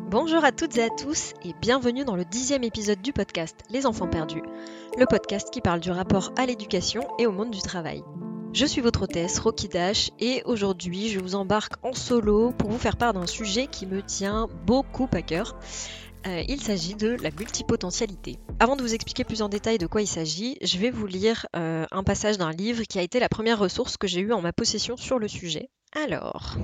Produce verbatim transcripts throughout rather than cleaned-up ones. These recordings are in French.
Bonjour à toutes et à tous et bienvenue dans le dixième épisode du podcast Les enfants perdus, le podcast qui parle du rapport à l'éducation et au monde du travail. Je suis votre hôtesse Rocky Dash et aujourd'hui je vous embarque en solo pour vous faire part d'un sujet qui me tient beaucoup à cœur. Euh, il s'agit de la multipotentialité. Avant de vous expliquer plus en détail de quoi il s'agit, je vais vous lire euh, un passage d'un livre qui a été la première ressource que j'ai eue en ma possession sur le sujet. Alors...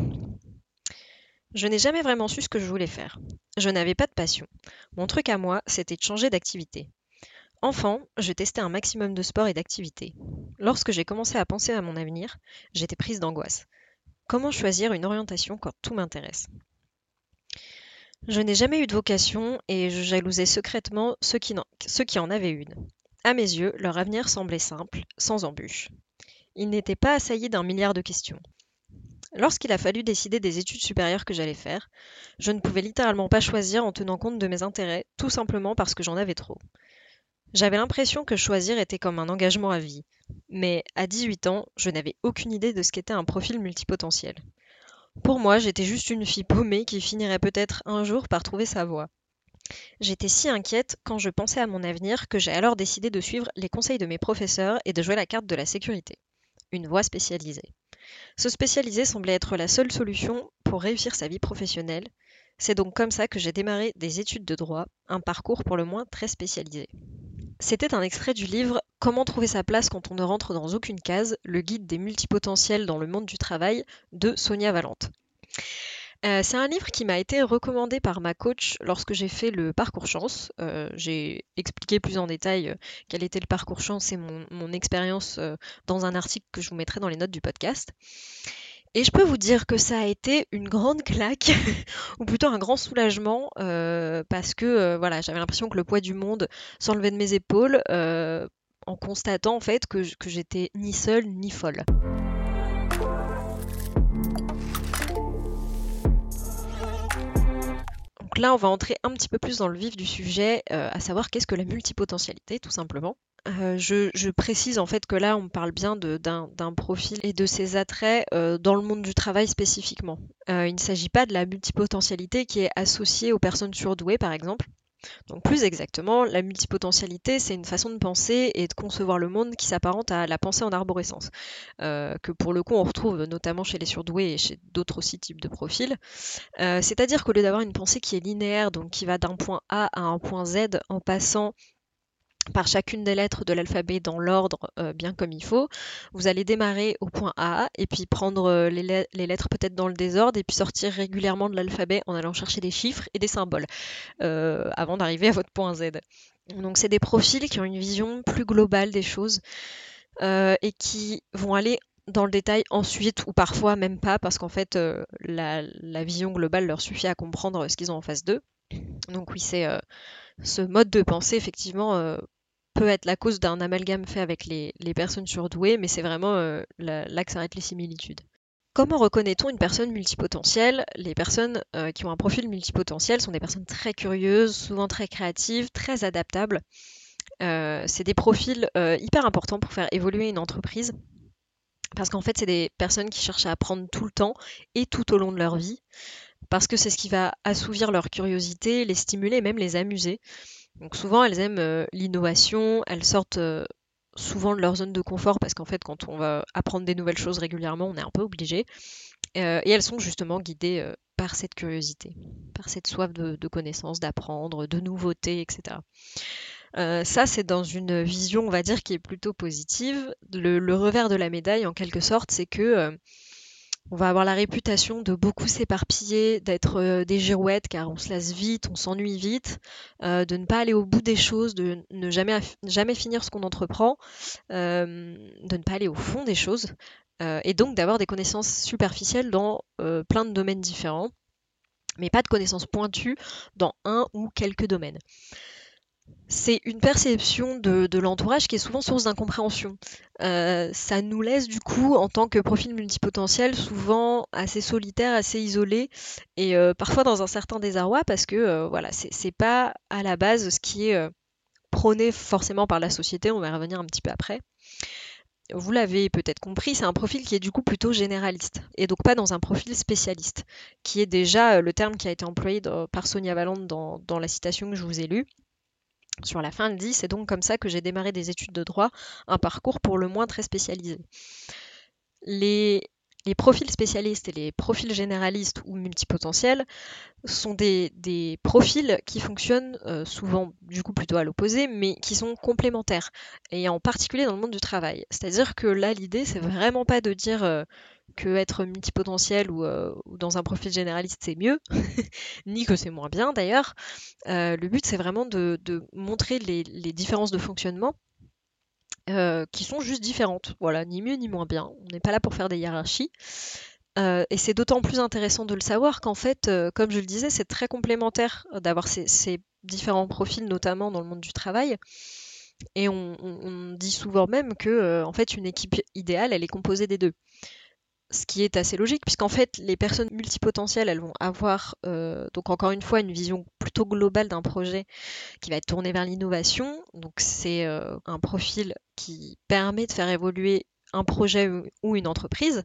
Je n'ai jamais vraiment su ce que je voulais faire. Je n'avais pas de passion. Mon truc à moi, c'était de changer d'activité. Enfant, je testais un maximum de sport et d'activités. Lorsque j'ai commencé à penser à mon avenir, j'étais prise d'angoisse. Comment choisir une orientation quand tout m'intéresse ? Je n'ai jamais eu de vocation et je jalousais secrètement ceux qui, n'en- ceux qui en avaient une. À mes yeux, leur avenir semblait simple, sans embûches. Ils n'étaient pas assaillis d'un milliard de questions. Lorsqu'il a fallu décider des études supérieures que j'allais faire, je ne pouvais littéralement pas choisir en tenant compte de mes intérêts, tout simplement parce que j'en avais trop. J'avais l'impression que choisir était comme un engagement à vie. Mais à dix-huit ans, je n'avais aucune idée de ce qu'était un profil multipotentiel. Pour moi, j'étais juste une fille paumée qui finirait peut-être un jour par trouver sa voie. J'étais si inquiète quand je pensais à mon avenir que j'ai alors décidé de suivre les conseils de mes professeurs et de jouer la carte de la sécurité. Une voie spécialisée. Se spécialiser semblait être la seule solution pour réussir sa vie professionnelle. C'est donc comme ça que j'ai démarré des études de droit, un parcours pour le moins très spécialisé. C'était un extrait du livre Comment trouver sa place quand on ne rentre dans aucune case, le guide des multipotentiels dans le monde du travail de Sonia Valente. Euh, c'est un livre qui m'a été recommandé par ma coach lorsque j'ai fait le parcours chance. Euh, j'ai expliqué plus en détail euh, quel était le parcours chance et mon, mon expérience euh, dans un article que je vous mettrai dans les notes du podcast. Et je peux vous dire que ça a été une grande claque, ou plutôt un grand soulagement, euh, parce que euh, voilà, j'avais l'impression que le poids du monde s'enlevait de mes épaules euh, en constatant en fait que, que j'étais ni seule ni folle. Donc là, on va entrer un petit peu plus dans le vif du sujet, euh, à savoir qu'est-ce que la multipotentialité, tout simplement. Euh, je, je précise en fait que là, on parle bien de- d'un d'un profil et de ses attraits euh, dans le monde du travail spécifiquement. Euh, il ne s'agit pas de la multipotentialité qui est associée aux personnes surdouées, par exemple. Donc plus exactement, la multipotentialité, c'est une façon de penser et de concevoir le monde qui s'apparente à la pensée en arborescence, euh, que pour le coup on retrouve notamment chez les surdoués et chez d'autres aussi types de profils. Euh, c'est-à-dire qu'au lieu d'avoir une pensée qui est linéaire, donc qui va d'un point A à un point Z en passant par chacune des lettres de l'alphabet dans l'ordre euh, bien comme il faut, vous allez démarrer au point A et puis prendre euh, les, le- les lettres peut-être dans le désordre et puis sortir régulièrement de l'alphabet en allant chercher des chiffres et des symboles euh, avant d'arriver à votre point Z. Donc c'est des profils qui ont une vision plus globale des choses euh, et qui vont aller dans le détail ensuite ou parfois même pas parce qu'en fait euh, la, la vision globale leur suffit à comprendre ce qu'ils ont en face d'eux. Donc oui, c'est euh, ce mode de pensée effectivement euh, peut être la cause d'un amalgame fait avec les, les personnes surdouées, mais c'est vraiment euh, là, là que s'arrêtent les similitudes. Comment reconnaît-on une personne multipotentielle ? Les personnes euh, qui ont un profil multipotentiel sont des personnes très curieuses, souvent très créatives, très adaptables. Euh, c'est des profils euh, hyper importants pour faire évoluer une entreprise. Parce qu'en fait, c'est des personnes qui cherchent à apprendre tout le temps et tout au long de leur vie. Parce que c'est ce qui va assouvir leur curiosité, les stimuler et même les amuser. Donc souvent, elles aiment euh, l'innovation, elles sortent euh, souvent de leur zone de confort parce qu'en fait, quand on va apprendre des nouvelles choses régulièrement, on est un peu obligé. Euh, et elles sont justement guidées euh, par cette curiosité, par cette soif de, de connaissance, d'apprendre, de nouveautés, et cetera. Euh, ça, c'est dans une vision, on va dire, qui est plutôt positive. Le, le revers de la médaille, en quelque sorte, c'est que euh, on va avoir la réputation de beaucoup s'éparpiller, d'être euh, des girouettes, car on se lasse vite, on s'ennuie vite, euh, de ne pas aller au bout des choses, de ne jamais, jamais finir ce qu'on entreprend, euh, de ne pas aller au fond des choses, euh, et donc d'avoir des connaissances superficielles dans euh, plein de domaines différents, mais pas de connaissances pointues dans un ou quelques domaines. C'est une perception de, de l'entourage qui est souvent source d'incompréhension. Euh, ça nous laisse du coup, en tant que profil multipotentiel, souvent assez solitaire, assez isolé, et euh, parfois dans un certain désarroi parce que euh, voilà, c'est c'est pas à la base ce qui est euh, prôné forcément par la société. On va y revenir un petit peu après. vous l'avez peut-être compris, c'est un profil qui est du coup plutôt généraliste, et donc pas dans un profil spécialiste, qui est déjà le terme qui a été employé dans- par Sonia Valente dans, dans la citation que je vous ai lue. Sur la fin, elle dit: c'est donc comme ça que j'ai démarré des études de droit, un parcours pour le moins très spécialisé. Les, les profils spécialistes et les profils généralistes ou multipotentiels sont des, des profils qui fonctionnent euh, souvent du coup plutôt à l'opposé, mais qui sont complémentaires, et en particulier dans le monde du travail. C'est-à-dire que là, l'idée, c'est vraiment pas de dire euh, que être multipotentiel ou, euh, ou dans un profil généraliste, c'est mieux, ni que c'est moins bien d'ailleurs. Euh, le but, c'est vraiment de, de montrer les, les différences de fonctionnement euh, qui sont juste différentes. Voilà, ni mieux ni moins bien. On n'est pas là pour faire des hiérarchies. Euh, et c'est d'autant plus intéressant de le savoir qu'en fait, euh, comme je le disais, c'est très complémentaire euh, d'avoir ces, ces différents profils, notamment dans le monde du travail. Et on, on- on dit souvent même que, euh, en fait, une équipe idéale, elle est composée des deux. Ce qui est assez logique, puisqu'en fait, les personnes multipotentielles, elles vont avoir, euh, donc encore une fois, une vision plutôt globale d'un projet qui va être tourné vers l'innovation. Donc c'est euh, un profil qui permet de faire évoluer un projet ou ou une entreprise.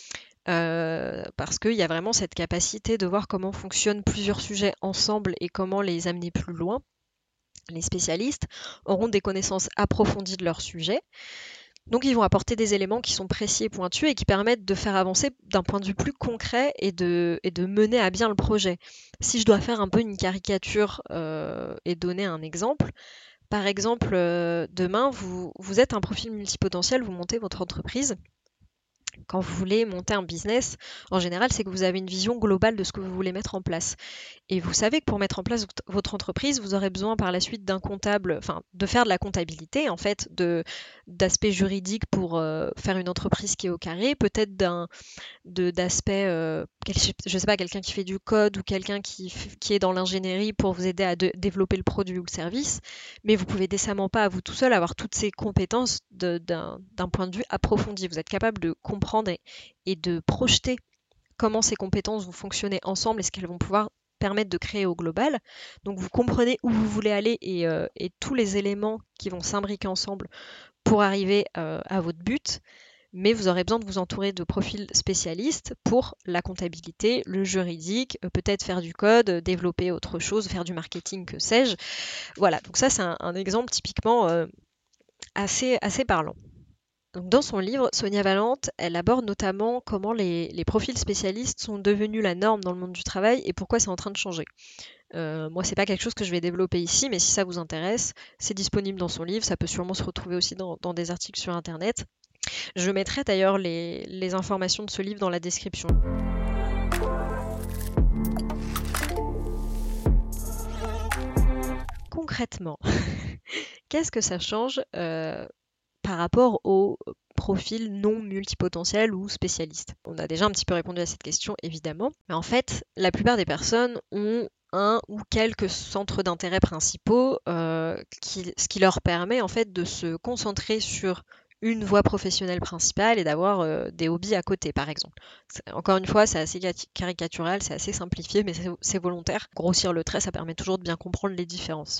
Euh, parce qu'il y a vraiment cette capacité de voir comment fonctionnent plusieurs sujets ensemble et comment les amener plus loin. Les spécialistes auront des connaissances approfondies de leur sujet, donc ils vont apporter des éléments qui sont précis et pointus et qui permettent de faire avancer d'un point de vue plus concret et de, et de mener à bien le projet. Si je dois faire un peu une caricature euh, et donner un exemple, par exemple, euh, demain, vous, vous êtes un profil multipotentiel, vous montez votre entreprise. Quand vous voulez monter un business, en général, c'est que vous avez une vision globale de ce que vous voulez mettre en place. Et vous savez que pour mettre en place votre entreprise, vous aurez besoin par la suite d'un comptable, enfin de faire de la comptabilité, en fait, de d'aspects juridiques pour euh, faire une entreprise qui est au carré, peut-être d'un de d'aspect, euh, je sais pas, quelqu'un qui fait du code ou quelqu'un qui, qui est dans l'ingénierie pour vous aider à de, développer le produit ou le service, mais vous pouvez décemment pas à vous tout seul avoir toutes ces compétences d'un point de vue approfondi. Vous êtes capable de comprendre et, et de projeter comment ces compétences vont fonctionner ensemble et ce qu'elles vont pouvoir permettre de créer au global. Donc vous comprenez où vous voulez aller et, euh, et tous les éléments qui vont s'imbriquer ensemble pour arriver euh, à votre but, mais vous aurez besoin de vous entourer de profils spécialistes pour la comptabilité, le juridique, euh, peut-être faire du code, euh, développer autre chose, faire du marketing, que sais-je. Voilà, donc ça c'est un, un exemple typiquement euh, assez, assez parlant. Donc dans son livre, Sonia Valente, elle aborde notamment comment les, les profils spécialistes sont devenus la norme dans le monde du travail et pourquoi c'est en train de changer. Euh, moi, c'est pas quelque chose que je vais développer ici, mais si ça vous intéresse, c'est disponible dans son livre. Ça peut sûrement se retrouver aussi dans, dans des articles sur Internet. Je mettrai d'ailleurs les, les informations de ce livre dans la description. Concrètement, qu'est-ce que ça change euh, par rapport aux profils non multipotentiels ou spécialistes? On a déjà un petit peu répondu à cette question, évidemment. Mais en fait, la plupart des personnes ont un ou quelques centres d'intérêt principaux, euh, qui, ce qui leur permet en fait de se concentrer sur une voie professionnelle principale et d'avoir euh, des hobbies à côté, par exemple. Encore une fois, c'est assez caricatural, c'est assez simplifié, mais c'est volontaire. Grossir le trait, ça permet toujours de bien comprendre les différences.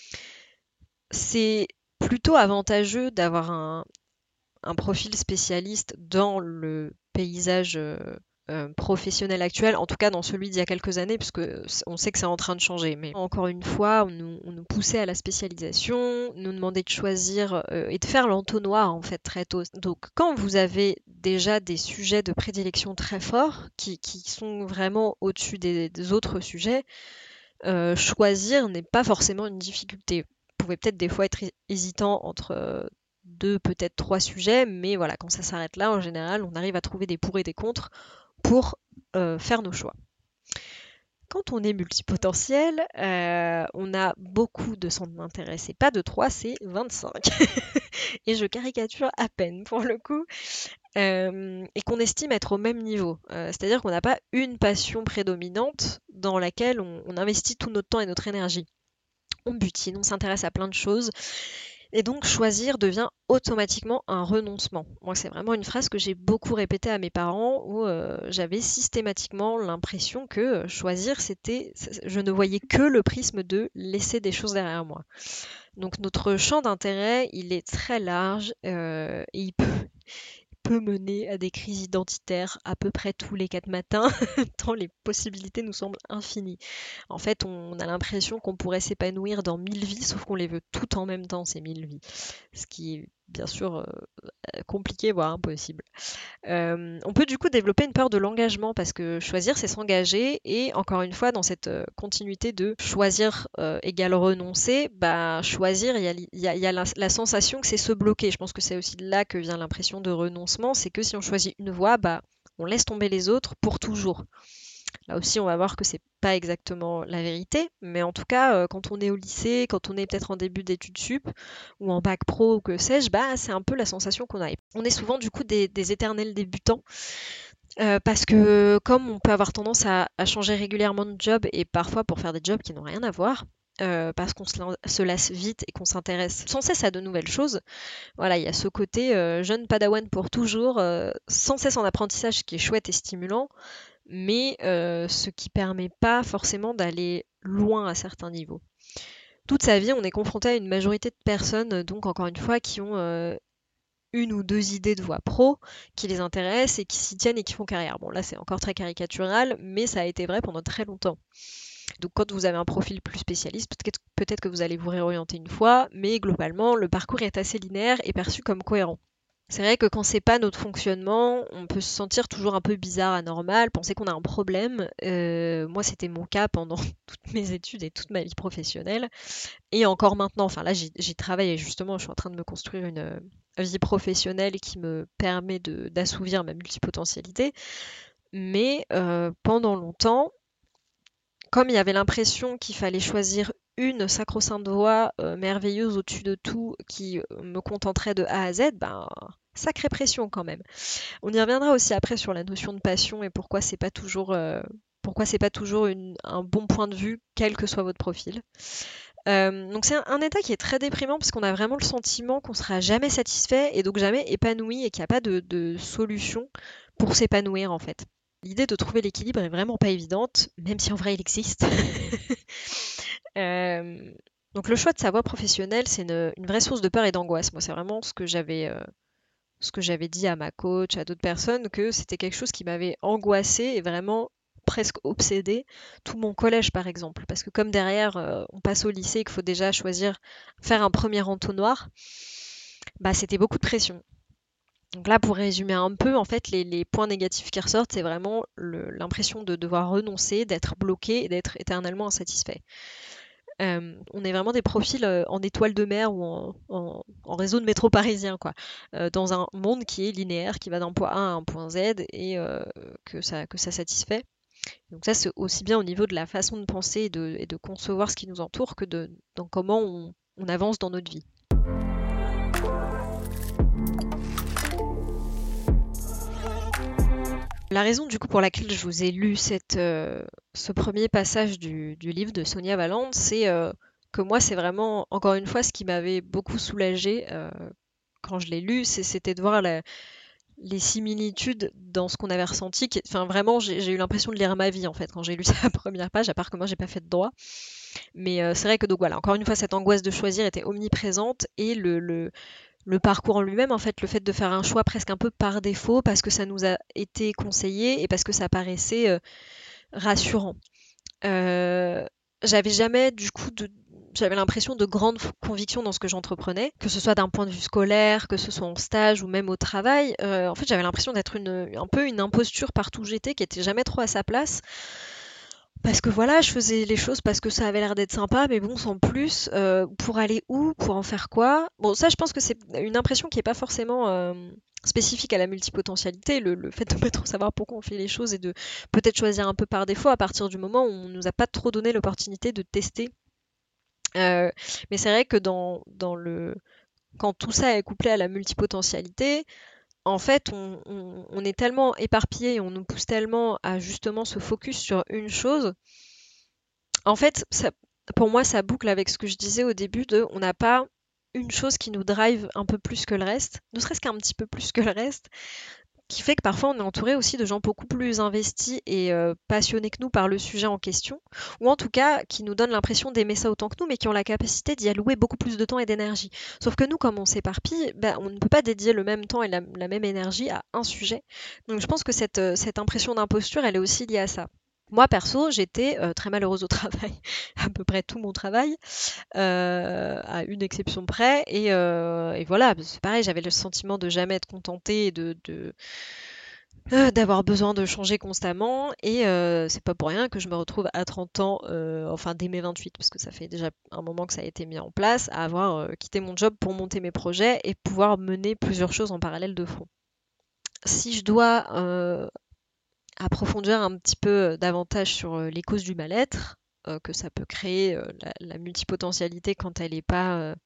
C'est plutôt avantageux d'avoir un, un profil spécialiste dans le paysage euh, euh, professionnel actuel, en tout cas dans celui d'il y a quelques années, puisque on sait que c'est en train de changer. Mais encore une fois, on nous, on nous poussait à la spécialisation, nous demandait de choisir euh, et de faire l'entonnoir en fait très tôt. Donc quand vous avez déjà des sujets de prédilection très forts, qui, qui sont vraiment au-dessus des, des autres sujets, euh, choisir n'est pas forcément une difficulté. Vous pouvez peut-être des fois être hésitant entre euh, deux, peut-être trois sujets, mais voilà, quand ça s'arrête là, en général, on arrive à trouver des pour et des contre pour euh, faire nos choix. Quand on est multipotentiel, euh, on a beaucoup de centres d'intérêt. C'est pas de trois, c'est vingt-cinq. Et je caricature à peine pour le coup. Euh, et qu'on estime être au même niveau. Euh, C'est-à-dire qu'on n'a pas une passion prédominante dans laquelle on, on investit tout notre temps et notre énergie. On butine, on s'intéresse à plein de choses. Et donc choisir devient automatiquement un renoncement. Moi, c'est vraiment une phrase que j'ai beaucoup répétée à mes parents où euh, j'avais systématiquement l'impression que euh, choisir, c'était, je ne voyais que le prisme de laisser des choses derrière moi. Donc notre champ d'intérêt, il est très large euh, et il peut, peut mener à des crises identitaires à peu près tous les quatre matins, tant les possibilités nous semblent infinies. En fait, on a l'impression qu'on pourrait s'épanouir dans mille vies, sauf qu'on les veut toutes en même temps, ces mille vies. Ce qui est bien sûr euh, compliqué, voire impossible. Euh, on peut du coup développer une peur de l'engagement parce que choisir, c'est s'engager. Et encore une fois, dans cette euh, continuité de choisir euh, égale renoncer, bah, choisir, il y a, il y a- il y a la, la sensation que c'est se bloquer. Je pense que c'est aussi de là que vient l'impression de renoncement. C'est que si on choisit une voie, bah, on laisse tomber les autres pour toujours. Là aussi, on va voir que c'est pas exactement la vérité, mais en tout cas, euh, quand on est au lycée, quand on est peut-être en début d'études sup ou en bac pro ou que sais-je, bah c'est un peu la sensation qu'on a. On est souvent du coup des, des éternels débutants euh, parce que comme on peut avoir tendance à, à changer régulièrement de job et parfois pour faire des jobs qui n'ont rien à voir. euh, parce qu'on se, lan- se lasse vite et qu'on s'intéresse sans cesse à de nouvelles choses. Voilà, il y a ce côté euh, jeune padawan pour toujours, euh, sans cesse en apprentissage, qui est chouette et stimulant, mais euh, ce qui permet pas forcément d'aller loin à certains niveaux. Toute sa vie, on est confronté à une majorité de personnes, donc encore une fois, qui ont euh, une ou deux idées de voie pro, qui les intéressent et qui s'y tiennent et qui font carrière. Bon, là, c'est encore très caricatural, mais ça a été vrai pendant très longtemps. Donc quand vous avez un profil plus spécialiste, peut-être peut-être que vous allez vous réorienter une fois, mais globalement, le parcours est assez linéaire et perçu comme cohérent. C'est vrai que quand c'est pas notre fonctionnement, on peut se sentir toujours un peu bizarre, anormal, penser qu'on a un problème. Euh, moi, c'était mon cas pendant toutes mes études et toute ma vie professionnelle. Et encore maintenant, enfin là, j'y j'y travaille et justement, je suis en train de me construire une euh, vie professionnelle qui me permet de- d'assouvir ma multipotentialité. Mais euh, pendant longtemps, comme il y avait l'impression qu'il fallait choisir une sacro-sainte voie euh, merveilleuse au-dessus de tout qui euh, me contenterait de A à Z, ben sacrée pression quand même. On y reviendra aussi après sur la notion de passion et pourquoi c'est pas toujours euh, pourquoi c'est pas toujours une- un bon point de vue, quel que soit votre profil. Euh, donc c'est un, un état qui est très déprimant parce qu'on a vraiment le sentiment qu'on sera jamais satisfait et donc jamais épanoui et qu'il n'y a pas de, de solution pour s'épanouir en fait. L'idée de trouver l'équilibre est vraiment pas évidente, même si en vrai il existe. Euh, donc le choix de sa voie professionnelle, c'est une, une vraie source de peur et d'angoisse. Moi, c'est vraiment ce que j'avais euh, ce que j'avais dit à ma coach, à d'autres personnes, que c'était quelque chose qui m'avait angoissée et vraiment presque obsédée, tout mon collège par exemple. Parce que comme derrière, euh, on passe au lycée et qu'il faut déjà choisir, faire un premier entonnoir, bah c'était beaucoup de pression. Donc là, pour résumer un peu, en fait, les, les points négatifs qui ressortent, c'est vraiment le- l'impression de devoir renoncer, d'être bloqué et d'être éternellement insatisfait. Euh, on est vraiment des profils euh, en étoile de mer ou en, en- en réseau de métro parisien, quoi. Euh, dans un monde qui est linéaire, qui va d'un point A à un point Z et euh, que ça, que ça satisfait. Donc ça, c'est aussi bien au niveau de la façon de penser et de, et de concevoir ce qui nous entoure que de, dans comment on, on avance dans notre vie. La raison du coup pour laquelle je vous ai lu cette, euh, ce premier passage du, du livre de Sonia Valente, c'est euh, que moi, c'est vraiment, encore une fois, ce qui m'avait beaucoup soulagée euh, quand je l'ai lu, c'est- c'était de voir la- les similitudes dans ce qu'on avait ressenti. qui- Enfin, vraiment, j'ai j'ai eu l'impression de lire ma vie, en fait, quand j'ai lu sa première page, à part que moi, j'ai pas fait de droit. Mais euh, c'est vrai que, donc voilà, encore une fois, cette angoisse de choisir était omniprésente et le, le, le parcours en lui-même, en fait, le fait de faire un choix presque un peu par défaut, parce que ça nous a été conseillé et parce que ça paraissait euh, rassurant. Euh, J'avais jamais, du coup, de, j'avais l'impression de grande f- conviction dans ce que j'entreprenais, que ce soit d'un point de vue scolaire, que ce soit en stage ou même au travail. Euh, en fait, j'avais l'impression d'être une, un peu une imposture partout où j'étais, qui était jamais trop à sa place. Parce que voilà, je faisais les choses parce que ça avait l'air d'être sympa, mais bon, sans plus. Euh, pour aller où? Pour en faire quoi? Bon, ça, je pense que c'est une impression qui est pas forcément euh, spécifique à la multipotentialité, le, le fait de pas trop savoir pourquoi on fait les choses et de peut-être choisir un peu par défaut à partir du moment où on nous a pas trop donné l'opportunité de tester. Euh, mais c'est vrai que dans, dans le, quand tout ça est couplé à la multipotentialité, en fait, on, on- on est tellement éparpillé et on nous pousse tellement à justement se focus sur une chose. En fait, ça, pour moi, ça boucle avec ce que je disais au début de on n'a pas une chose qui nous drive un peu plus que le reste, ne serait-ce qu'un petit peu plus que le reste, qui fait que parfois on est entouré aussi de gens beaucoup plus investis et euh, passionnés que nous par le sujet en question, ou en tout cas qui nous donnent l'impression d'aimer ça autant que nous, mais qui ont la capacité d'y allouer beaucoup plus de temps et d'énergie. Sauf que nous, comme on s'éparpille, ben, on ne peut pas dédier le même temps et la, la même énergie à un sujet. Donc je pense que cette, euh, cette impression d'imposture, elle est aussi liée à ça. Moi, perso, j'étais euh, très malheureuse au travail, à peu près tout mon travail, euh, à une exception près. Et, euh, et voilà, c'est pareil, j'avais le sentiment de jamais être contentée et de, de, euh, d'avoir besoin de changer constamment. Et euh, c'est pas pour rien que je me retrouve à trente ans, euh, enfin dès mes vingt-huit, parce que ça fait déjà un moment que ça a été mis en place, à avoir euh, quitté mon job pour monter mes projets et pouvoir mener plusieurs choses en parallèle de front. Si je dois euh, approfondir un petit peu davantage sur euh, les causes du mal-être, euh, que ça peut créer, euh, la, la multipotentialité quand elle n'est pas, euh,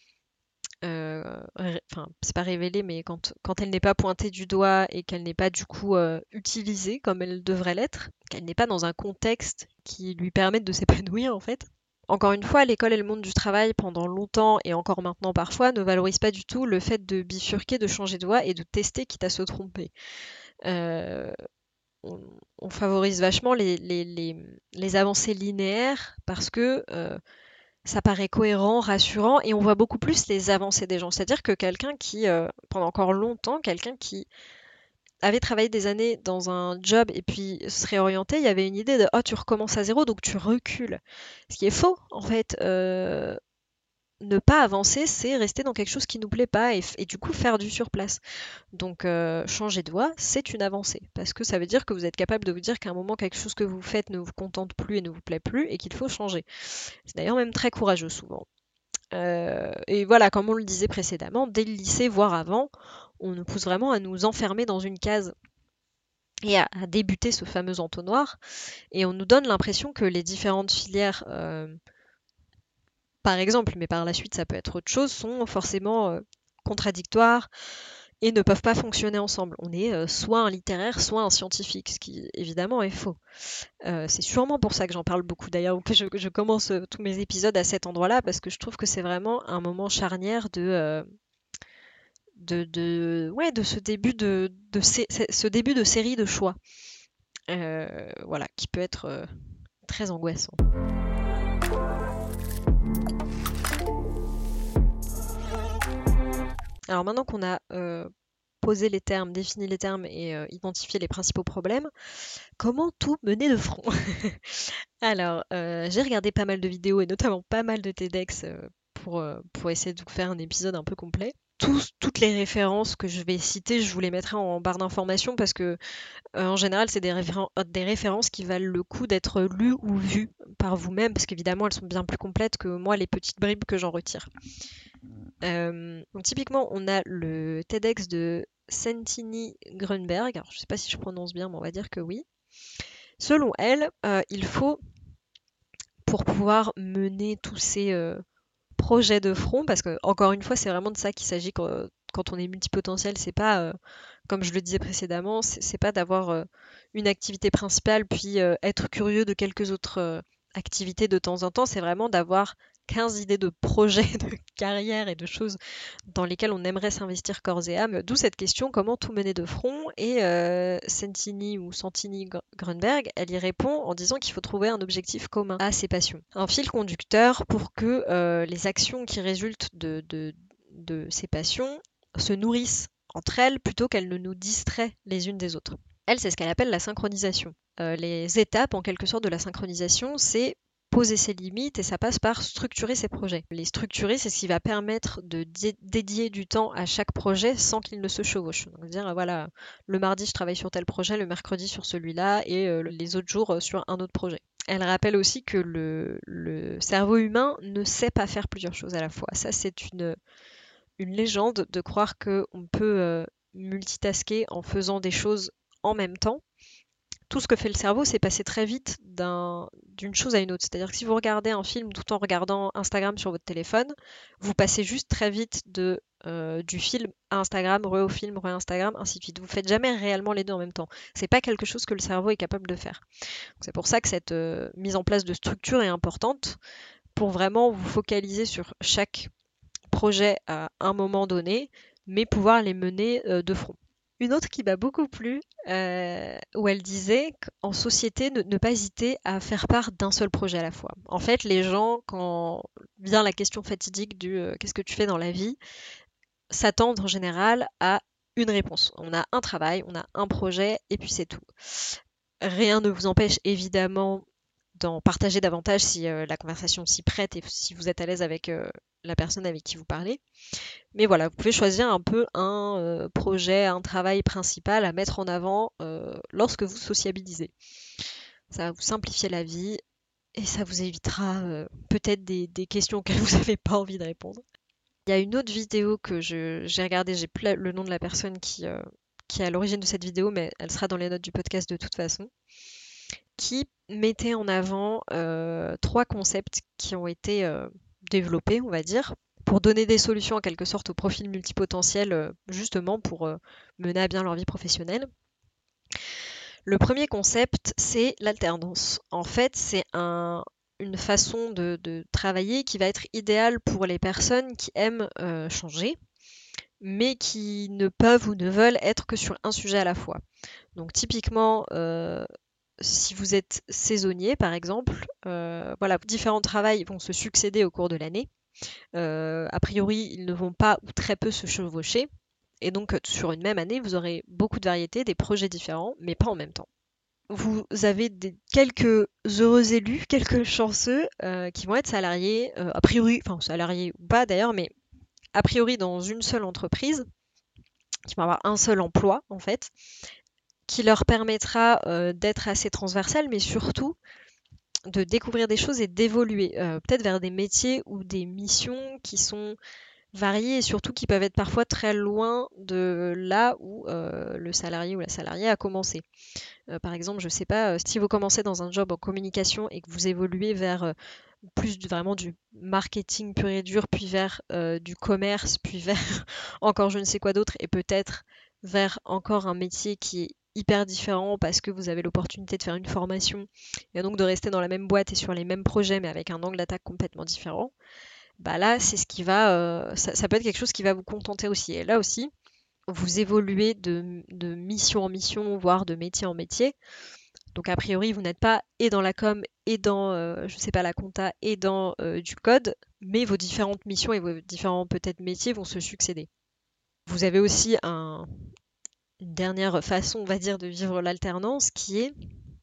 euh, ré- enfin c'est pas révélée, mais quand, quand elle n'est pas pointée du doigt et qu'elle n'est pas du coup euh, utilisée comme elle devrait l'être, qu'elle n'est pas dans un contexte qui lui permette de s'épanouir en fait. Encore une fois, l'école et le monde du travail pendant longtemps et encore maintenant parfois ne valorisent pas du tout le fait de bifurquer, de changer de voie et de tester quitte à se tromper. Euh, on, on favorise vachement les, les, les, les avancées linéaires parce que euh, ça paraît cohérent, rassurant, et on voit beaucoup plus les avancées des gens. C'est-à-dire que quelqu'un qui, euh, pendant encore longtemps, quelqu'un qui avait travaillé des années dans un job et puis se réorientait, il y avait une idée de «Oh, tu recommences à zéro, donc tu recules». Ce qui est faux, en fait. Euh, ne pas avancer, c'est rester dans quelque chose qui nous plaît pas et, f- et du coup faire du surplace. Donc euh, changer de voie, c'est une avancée, parce que ça veut dire que vous êtes capable de vous dire qu'à un moment, quelque chose que vous faites ne vous contente plus et ne vous plaît plus et qu'il faut changer. C'est d'ailleurs même très courageux souvent. Euh, et voilà, comme on le disait précédemment, dès le lycée, voire avant, on nous pousse vraiment à nous enfermer dans une case et à, à débuter ce fameux entonnoir. Et on nous donne l'impression que les différentes filières, euh, par exemple, mais par la suite ça peut être autre chose, sont forcément euh, contradictoires et ne peuvent pas fonctionner ensemble. On est euh, soit un littéraire, soit un scientifique, ce qui évidemment est faux. Euh, c'est sûrement pour ça que j'en parle beaucoup d'ailleurs, que je, je commence euh, tous mes épisodes à cet endroit-là, parce que je trouve que c'est vraiment un moment charnière de, euh, de, de, ouais, de ce début de, de sé- ce début de série de choix, euh, voilà, qui peut être euh, très angoissant. Alors maintenant qu'on a euh, posé les termes, défini les termes et euh, identifié les principaux problèmes, comment tout mener de front? Alors, euh, j'ai regardé pas mal de vidéos et notamment pas mal de TEDx euh, pour, euh, pour essayer de vous faire un épisode un peu complet. Tous, toutes les références que je vais citer, je vous les mettrai en barre d'informations parce que euh, en général, c'est des, référen- euh, des références qui valent le coup d'être lues ou vues par vous-même parce qu'évidemment, elles sont bien plus complètes que moi, les petites bribes que j'en retire. Euh, donc typiquement, on a le TEDx de Santini Grunberg. Alors, je ne sais pas si je prononce bien, mais on va dire que oui. Selon elle, euh, il faut, pour pouvoir mener tous ces euh, projets de front, parce que encore une fois, c'est vraiment de ça qu'il s'agit quand, quand on est multipotentiel. C'est pas, euh, comme je le disais précédemment, c'est c'est pas d'avoir euh, une activité principale puis euh, être curieux de quelques autres euh, activités de temps en temps. C'est vraiment d'avoir quinze idées de projets, de carrière et de choses dans lesquelles on aimerait s'investir corps et âme. D'où cette question, comment tout mener de front? Et euh, Santini ou Santini Grunberg, elle y répond en disant qu'il faut trouver un objectif commun à ses passions. Un fil conducteur pour que euh, les actions qui résultent de, de, de ces passions se nourrissent entre elles plutôt qu'elles ne nous distraient les unes des autres. Elle, c'est ce qu'elle appelle la synchronisation. Euh, les étapes, en quelque sorte, de la synchronisation, c'est poser ses limites et ça passe par structurer ses projets. Les structurer, c'est ce qui va permettre de dé- dédier du temps à chaque projet sans qu'il ne se chevauche. Donc dire, voilà, le mardi, je travaille sur tel projet, le mercredi sur celui-là et euh, les autres jours euh, sur un autre projet. Elle rappelle aussi que le, le cerveau humain ne sait pas faire plusieurs choses à la fois. Ça, c'est une, une légende de croire qu'on peut euh, multitasker en faisant des choses en même temps. Tout ce que fait le cerveau, c'est passer très vite d'un- d'une chose à une autre. C'est-à-dire que si vous regardez un film tout en regardant Instagram sur votre téléphone, vous passez juste très vite de, euh, du film à Instagram, re au film, re Instagram, ainsi de suite. Vous faites jamais réellement les deux en même temps. C'est pas quelque chose que le cerveau est capable de faire. Donc c'est pour ça que cette euh, mise en place de structure est importante pour vraiment vous focaliser sur chaque projet à un moment donné, mais pouvoir les mener euh, de front. Une autre qui m'a beaucoup plu, euh, où elle disait qu'en société, ne, ne pas hésiter à faire part d'un seul projet à la fois. En fait, les gens, quand vient la question fatidique du euh, qu'est-ce que tu fais dans la vie, s'attendent en général à une réponse. On a un travail, on a un projet, et puis c'est tout. Rien ne vous empêche évidemment d'en partager davantage si euh, la conversation s'y prête et si vous êtes à l'aise avec euh, la personne avec qui vous parlez. Mais voilà, vous pouvez choisir un peu un euh, projet, un travail principal à mettre en avant euh, lorsque vous sociabilisez. Ça va vous simplifier la vie et ça vous évitera euh, peut-être des, des questions auxquelles vous n'avez pas envie de répondre. Il y a une autre vidéo que je- j'ai regardée, j'ai plus la- le nom de la personne qui, euh, qui est à l'origine de cette vidéo, mais elle sera dans les notes du podcast de toute façon, qui mettait en avant euh, trois concepts qui ont été euh, développés, on va dire, pour donner des solutions en quelque sorte aux profils multipotentiels, euh, justement pour euh, mener à bien leur vie professionnelle. Le premier concept, c'est l'alternance. En fait, c'est un, une façon de, de travailler qui va être idéale pour les personnes qui aiment euh, changer, mais qui ne peuvent ou ne veulent être que sur un sujet à la fois. Donc typiquement, euh, si vous êtes saisonnier, par exemple, euh, voilà, différents travails vont se succéder au cours de l'année. Euh, a priori, ils ne vont pas ou très peu se chevaucher. Et donc, sur une même année, vous aurez beaucoup de variétés, des projets différents, mais pas en même temps. Vous avez des, quelques heureux élus, quelques chanceux euh, qui vont être salariés, euh, a priori, enfin salariés ou pas d'ailleurs, mais a priori dans une seule entreprise, qui vont avoir un seul emploi en fait, qui leur permettra euh, d'être assez transversal, mais surtout de découvrir des choses et d'évoluer, euh, peut-être vers des métiers ou des missions qui sont variées et surtout qui peuvent être parfois très loin de là où euh, le salarié ou la salariée a commencé. Euh, par exemple, je sais pas, euh, si vous commencez dans un job en communication et que vous évoluez vers euh, plus du- vraiment du marketing pur et dur, puis vers euh, du commerce, puis vers encore je ne sais quoi d'autre, et peut-être vers encore un métier qui est hyper différent parce que vous avez l'opportunité de faire une formation et donc de rester dans la même boîte et sur les mêmes projets mais avec un angle d'attaque complètement différent, bah là c'est ce qui va, euh, ça, ça peut être quelque chose qui va vous contenter aussi. Et là aussi, vous évoluez de, de mission en mission, voire de métier en métier. Donc a priori, vous n'êtes pas et dans la com et dans, euh, je sais pas, la compta et dans euh, du code, mais vos différentes missions et vos différents peut-être métiers vont se succéder. Vous avez aussi un, une dernière façon, on va dire, de vivre l'alternance qui est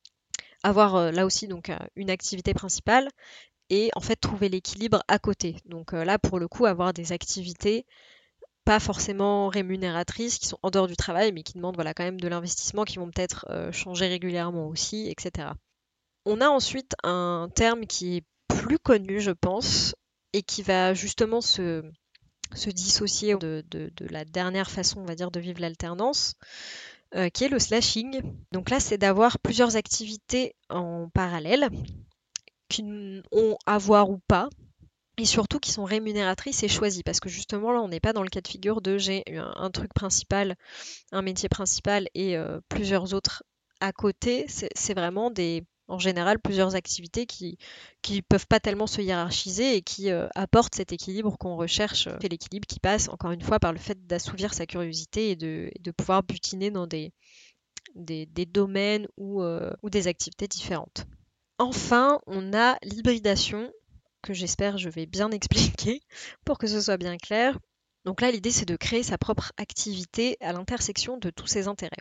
avoir euh, là aussi donc euh, une activité principale et en fait trouver l'équilibre à côté. Donc euh, là, pour le coup, avoir des activités pas forcément rémunératrices, qui sont en dehors du travail, mais qui demandent voilà, quand même de l'investissement, qui vont peut-être euh, changer régulièrement aussi, et cetera. On a ensuite un terme qui est plus connu, je pense, et qui va justement se, se dissocier de, de- de la dernière façon, on va dire, de vivre l'alternance, euh, qui est le slashing. Donc là, c'est d'avoir plusieurs activités en parallèle, qui ont à voir ou pas, et surtout qui sont rémunératrices et choisies, parce que justement là, on n'est pas dans le cas de figure de j'ai un, un truc principal, un métier principal et euh, plusieurs autres à côté. C'est c'est vraiment des, en général, plusieurs activités qui qui peuvent pas tellement se hiérarchiser et qui euh, apportent cet équilibre qu'on recherche. C'est l'équilibre qui passe, encore une fois, par le fait d'assouvir sa curiosité et de, et de pouvoir butiner dans des, des, des domaines ou, euh, ou des activités différentes. Enfin, on a l'hybridation, que j'espère je vais bien expliquer pour que ce soit bien clair. Donc là, l'idée, c'est de créer sa propre activité à l'intersection de tous ses intérêts.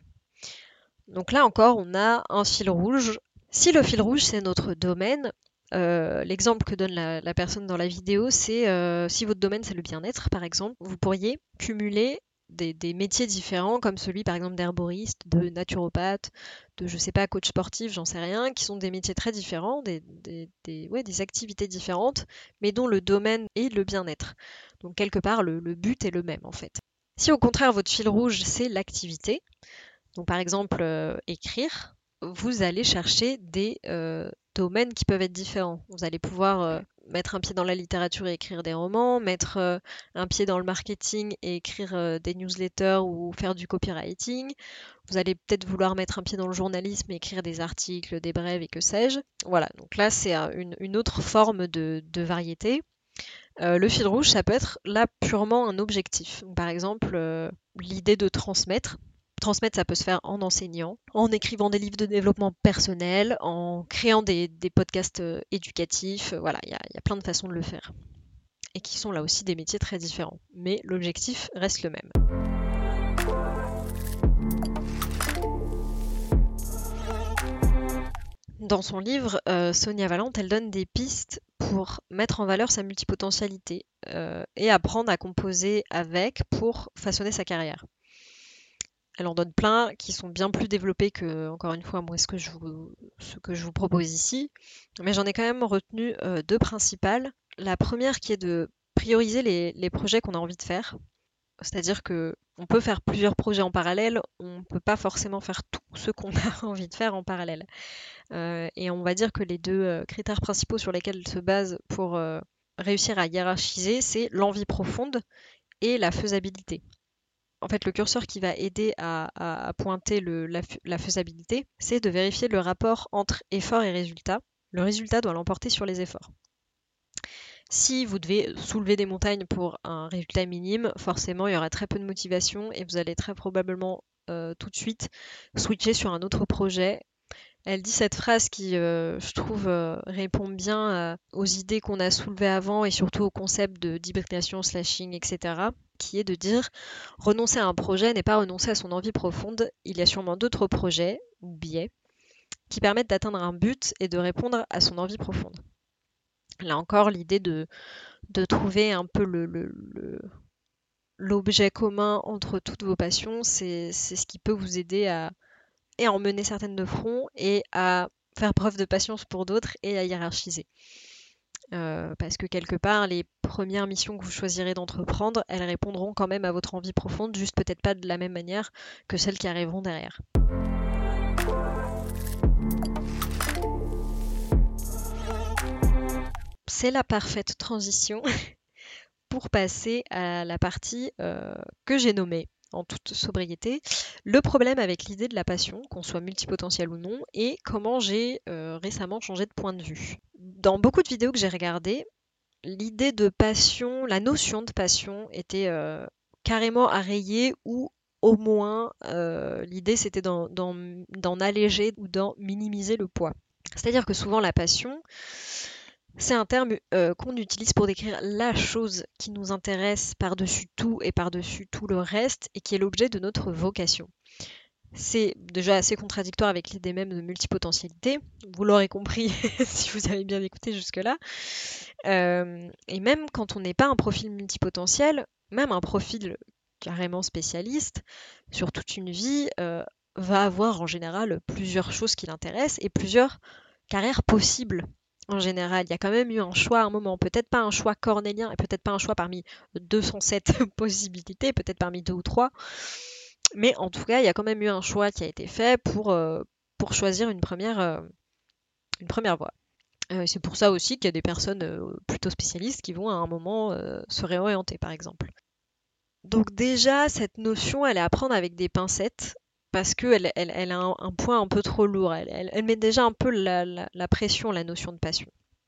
Donc là encore, on a un fil rouge. Si le fil rouge, c'est notre domaine, euh, l'exemple que donne la, la personne dans la vidéo, c'est euh, si votre domaine, c'est le bien-être, par exemple, vous pourriez cumuler des, des métiers différents, comme celui, par exemple, d'herboriste, de naturopathe, de, je sais pas, coach sportif, j'en sais rien, qui sont des métiers très différents, des, des, des, ouais, des activités différentes, mais dont le domaine est le bien-être. Donc quelque part, le, le but est le même, en fait. Si au contraire, votre fil rouge, c'est l'activité, donc par exemple, euh, écrire, vous allez chercher des euh, domaines qui peuvent être différents. Vous allez pouvoir euh, mettre un pied dans la littérature et écrire des romans, mettre euh, un pied dans le marketing et écrire euh, des newsletters ou faire du copywriting. Vous allez peut-être vouloir mettre un pied dans le journalisme et écrire des articles, des brèves et que sais-je. Voilà, donc là c'est euh, une, une autre forme de, de variété. Euh, le fil rouge, ça peut être là purement un objectif. Donc, par exemple, euh, l'idée de transmettre. Transmettre, ça peut se faire en enseignant, en écrivant des livres de développement personnel, en créant des, des podcasts euh, éducatifs. Voilà, il y a, y a plein de façons de le faire. Et qui sont là aussi des métiers très différents. Mais l'objectif reste le même. Dans son livre, euh, Sonia Valente, elle donne des pistes pour mettre en valeur sa multipotentialité euh, et apprendre à composer avec pour façonner sa carrière. Elle en donne plein qui sont bien plus développés que, encore une fois, moi, ce que je vous, ce que je vous propose ici. Mais j'en ai quand même retenu euh, deux principales. La première qui est de prioriser les, les projets qu'on a envie de faire. C'est-à-dire que on peut faire plusieurs projets en parallèle, on ne peut pas forcément faire tout ce qu'on a envie de faire en parallèle. Euh, et on va dire que les deux euh, critères principaux sur lesquels elle se base pour euh, réussir à hiérarchiser, c'est l'envie profonde et la faisabilité. En fait, le curseur qui va aider à, à- à pointer le- la, la faisabilité, c'est de vérifier le rapport entre effort et résultat. Le résultat doit l'emporter sur les efforts. Si vous devez soulever des montagnes pour un résultat minime, forcément, il y aura très peu de motivation et vous allez très probablement euh, tout de suite switcher sur un autre projet. Elle dit cette phrase qui, euh, je trouve, euh, répond bien euh, aux idées qu'on a soulevées avant et surtout au concept de d'hybridation, slashing, et cetera, qui est de dire renoncer à un projet n'est pas renoncer à son envie profonde. Il y a sûrement d'autres projets ou biais qui permettent d'atteindre un but et de répondre à son envie profonde. Là encore, l'idée de, de trouver un peu le, le- le- l'objet commun entre toutes vos passions, c'est c'est ce qui peut vous aider à, et à en mener certaines de front et à faire preuve de patience pour d'autres et à hiérarchiser. Euh, parce que quelque part, les premières missions que vous choisirez d'entreprendre, elles répondront quand même à votre envie profonde, juste peut-être pas de la même manière que celles qui arriveront derrière. C'est la parfaite transition pour passer à la partie euh, que j'ai nommée en toute sobriété, le problème avec l'idée de la passion, qu'on soit multipotentiel ou non, et comment j'ai euh, récemment changé de point de vue. Dans beaucoup de vidéos que j'ai regardées, l'idée de passion, la notion de passion était euh, carrément à rayer ou au moins euh, l'idée c'était d'en, d'en, d'en alléger ou d'en minimiser le poids. C'est-à-dire que souvent la passion, c'est un terme euh, qu'on utilise pour décrire la chose qui nous intéresse par-dessus tout et par-dessus tout le reste et qui est l'objet de notre vocation. C'est déjà assez contradictoire avec l'idée même de multipotentialité. Vous l'aurez compris si vous avez bien écouté jusque-là. Euh, et même quand on n'est pas un profil multipotentiel, même un profil carrément spécialiste, sur toute une vie, euh, va avoir en général plusieurs choses qui l'intéressent et plusieurs carrières possibles. En général, il y a quand même eu un choix à un moment, peut-être pas un choix cornélien et peut-être pas un choix parmi deux cent sept possibilités, peut-être parmi deux ou trois, mais en tout cas, il y a quand même eu un choix qui a été fait pour, euh, pour choisir une première, euh, une première voie. Euh, c'est pour ça aussi qu'il y a des personnes euh, plutôt spécialistes qui vont à un moment euh, se réorienter, par exemple. Donc déjà, cette notion, elle est à prendre avec des pincettes parce qu'elle elle, elle a un, un point un peu trop lourd. Elle, elle, elle met déjà un peu la, la, la pression, la notion de passion.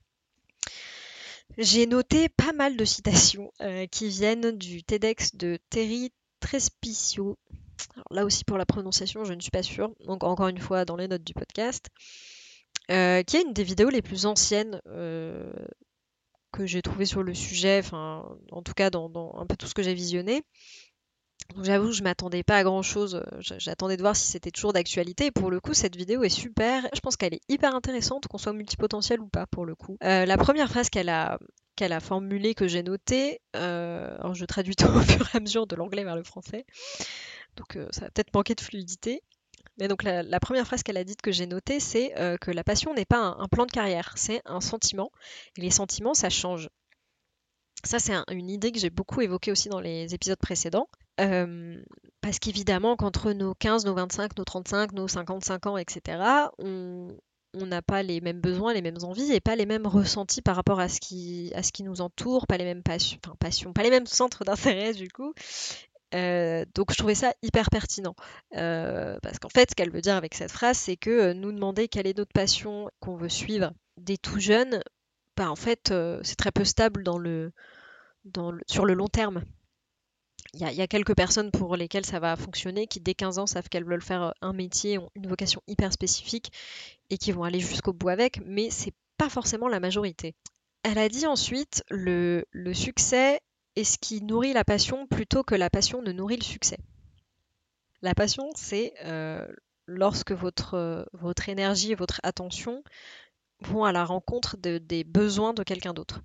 J'ai noté pas mal de citations euh, qui viennent du TEDx de Terry Trespicio. Alors là aussi pour la prononciation, je ne suis pas sûre. Donc encore une fois dans les notes du podcast. Euh, qui est une des vidéos les plus anciennes euh, que j'ai trouvées sur le sujet, enfin en tout cas dans, dans un peu tout ce que j'ai visionné. Donc j'avoue que je m'attendais pas à grand chose, j'attendais de voir si c'était toujours d'actualité et pour le coup cette vidéo est super, je pense qu'elle est hyper intéressante qu'on soit multipotentiel ou pas pour le coup. Euh, la première phrase qu'elle a, qu'elle a formulée que j'ai notée, euh, alors je traduis tout au fur et à mesure de l'anglais vers le français, donc euh, ça va peut-être manquer de fluidité. Mais donc la, la première phrase qu'elle a dite que j'ai notée, c'est euh, que la passion n'est pas un, un plan de carrière, c'est un sentiment. Et les sentiments, ça change. Ça, c'est un- une idée que j'ai beaucoup évoquée aussi dans les épisodes précédents. Euh, parce qu'évidemment, qu'entre nos quinze, nos vingt-cinq, nos trente-cinq, nos cinquante-cinq ans, et cetera, on on n'a pas les mêmes besoins, les mêmes envies et pas les mêmes ressentis par rapport à ce qui, à ce qui nous entoure, pas les mêmes passions, enfin passions, pas les mêmes centres d'intérêt du coup. Euh, donc je trouvais ça hyper pertinent. Euh, parce qu'en fait, ce qu'elle veut dire avec cette phrase, c'est que euh, nous demander quelle est notre passion qu'on veut suivre dès tout jeune, bah en fait, euh, c'est très peu stable dans le, dans le, sur le long terme. Il y a, il y a quelques personnes pour lesquelles ça va fonctionner, qui dès quinze ans savent qu'elles veulent faire euh, un métier, ont une vocation hyper spécifique et qui vont aller jusqu'au bout avec, mais c'est pas forcément la majorité. Elle a dit ensuite, le, le succès est ce qui nourrit la passion plutôt que la passion ne nourrit le succès. La passion, c'est euh, lorsque votre, euh, votre énergie et votre attention vont à la rencontre de- des besoins de quelqu'un d'autre.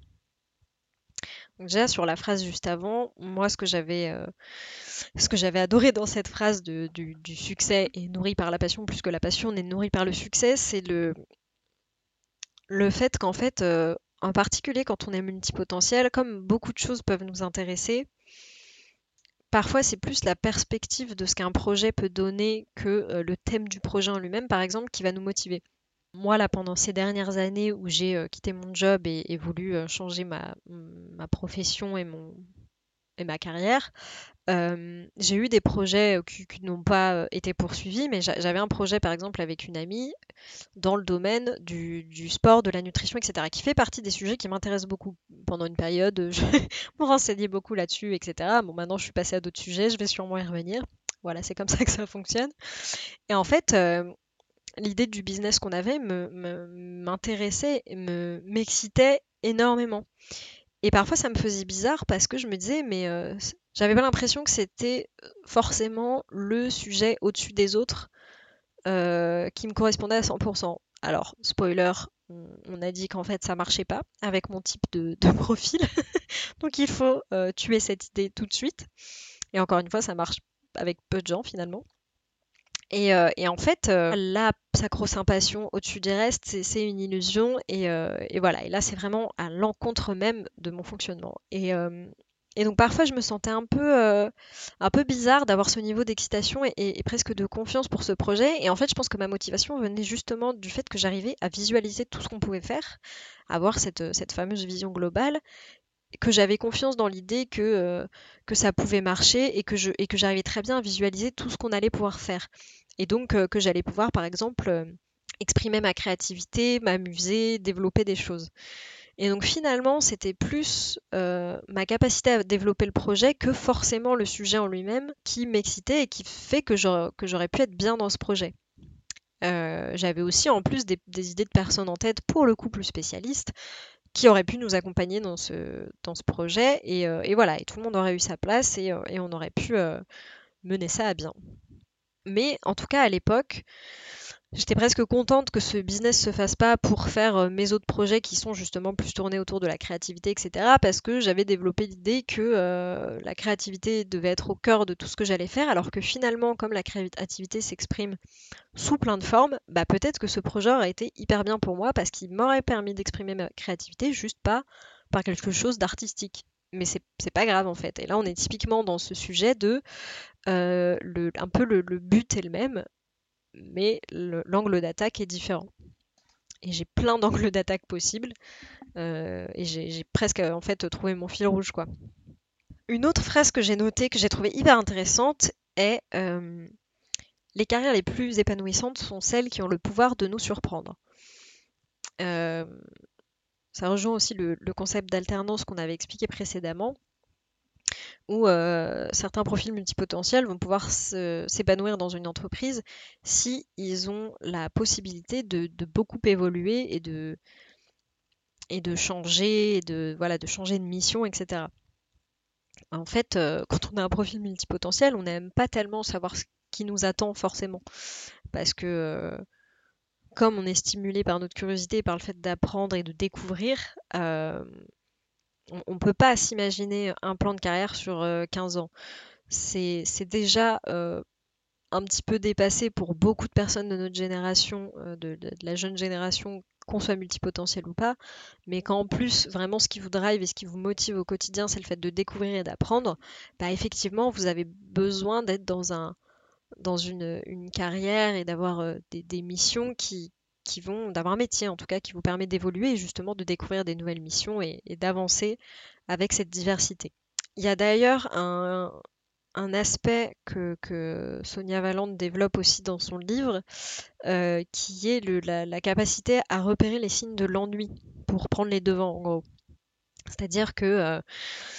Donc déjà sur la phrase juste avant, moi ce que j'avais euh, ce que j'avais adoré dans cette phrase de- du, du succès est nourri par la passion plus que la passion n'est nourrie par le succès, c'est le, le fait qu'en fait, euh, en particulier quand on est multipotentiel, comme beaucoup de choses peuvent nous intéresser, parfois c'est plus la perspective de ce qu'un projet peut donner que euh, le thème du projet en lui-même, par exemple, qui va nous motiver. Moi, là, pendant ces dernières années où j'ai euh, quitté mon job et, et voulu euh, changer ma, ma profession et, mon, et ma carrière, euh, j'ai eu des projets euh, qui, qui n'ont pas euh, été poursuivis, mais j'a- j'avais un projet, par exemple, avec une amie dans le domaine du, du sport, de la nutrition, et cetera, qui fait partie des sujets qui m'intéressent beaucoup. Pendant une période, je me renseignais beaucoup là-dessus, et cetera. Bon, maintenant, je suis passée à d'autres sujets, je vais sûrement y revenir. Voilà, c'est comme ça que ça fonctionne. Et en fait, euh, l'idée du business qu'on avait me, me- m'intéressait, et me, m'excitait énormément. Et parfois, ça me faisait bizarre parce que je me disais, mais euh, c- j'avais pas l'impression que c'était forcément le sujet au-dessus des autres euh, qui me correspondait à cent pour cent. Alors, spoiler, on, on a dit qu'en fait, ça marchait pas avec mon type de, de profil. Donc, il faut euh, tuer cette idée tout de suite. Et encore une fois, ça marche avec peu de gens finalement. Et, euh, et en fait, euh, la sacro-sainte passion au-dessus des restes, c'est c'est une illusion. Et, euh, et voilà, et là, c'est vraiment à l'encontre même de mon fonctionnement. Et, euh, et donc parfois, je me sentais un peu, euh, un peu bizarre d'avoir ce niveau d'excitation et, et- et presque de confiance pour ce projet. Et en fait, je pense que ma motivation venait justement du fait que j'arrivais à visualiser tout ce qu'on pouvait faire, avoir cette, cette fameuse vision globale, que j'avais confiance dans l'idée que, euh, que ça pouvait marcher et que je, et que j'arrivais très bien à visualiser tout ce qu'on allait pouvoir faire. Et donc euh, que j'allais pouvoir, par exemple, euh, exprimer ma créativité, m'amuser, développer des choses. Et donc finalement, c'était plus euh, ma capacité à développer le projet que forcément le sujet en lui-même qui m'excitait et qui fait que j'aurais, que j'aurais pu être bien dans ce projet. Euh, j'avais aussi en plus des, des idées de personnes en tête, pour le coup plus spécialistes, qui auraient pu nous accompagner dans ce, dans ce projet. Et, euh, et voilà, et tout le monde aurait eu sa place et, euh, et on aurait pu euh, mener ça à bien. Mais en tout cas, à l'époque, j'étais presque contente que ce business se fasse pas pour faire euh, mes autres projets qui sont justement plus tournés autour de la créativité, et cetera. Parce que j'avais développé l'idée que euh, la créativité devait être au cœur de tout ce que j'allais faire, alors que finalement, comme la créativité s'exprime sous plein de formes, bah peut-être que ce projet aurait été hyper bien pour moi parce qu'il m'aurait permis d'exprimer ma créativité, juste pas par quelque chose d'artistique. Mais c'est c'est pas grave en fait. Et là, on est typiquement dans ce sujet de euh, le, un peu le, le but est le même, mais le- l'angle d'attaque est différent. Et j'ai plein d'angles d'attaque possibles. euh, et j'ai j'ai presque en fait trouvé mon fil rouge, quoi. Une autre phrase que j'ai notée, que j'ai trouvée hyper intéressante, est euh, les carrières les plus épanouissantes sont celles qui ont le pouvoir de nous surprendre. Euh, Ça rejoint aussi le, le concept d'alternance qu'on avait expliqué précédemment, où euh, certains profils multipotentiels vont pouvoir se- s'épanouir dans une entreprise si ils ont la possibilité de, de beaucoup évoluer et de, et de changer, et de, voilà, de changer de mission, et cetera. En fait, euh, quand on a un profil multipotentiel, on n'aime pas tellement savoir ce qui nous attend forcément, parce que euh, comme on est stimulé par notre curiosité, par le fait d'apprendre et de découvrir, euh, on ne peut pas s'imaginer un plan de carrière sur euh, quinze ans. C'est c'est déjà euh, un petit peu dépassé pour beaucoup de personnes de notre génération, euh, de, de- de la jeune génération, qu'on soit multipotentiel ou pas. Mais quand en plus, vraiment, ce qui vous drive et ce qui vous motive au quotidien, c'est le fait de découvrir et d'apprendre, bah effectivement, vous avez besoin d'être dans un, dans une, une carrière et d'avoir euh, des, des missions qui, qui vont, d'avoir un métier en tout cas, qui vous permet d'évoluer et justement de découvrir des nouvelles missions et, et d'avancer avec cette diversité. Il y a d'ailleurs un, un aspect que, que Sonia Valente développe aussi dans son livre, euh, qui est le- la, la capacité à repérer les signes de l'ennui pour prendre les devants, en gros. C'est-à-dire que euh,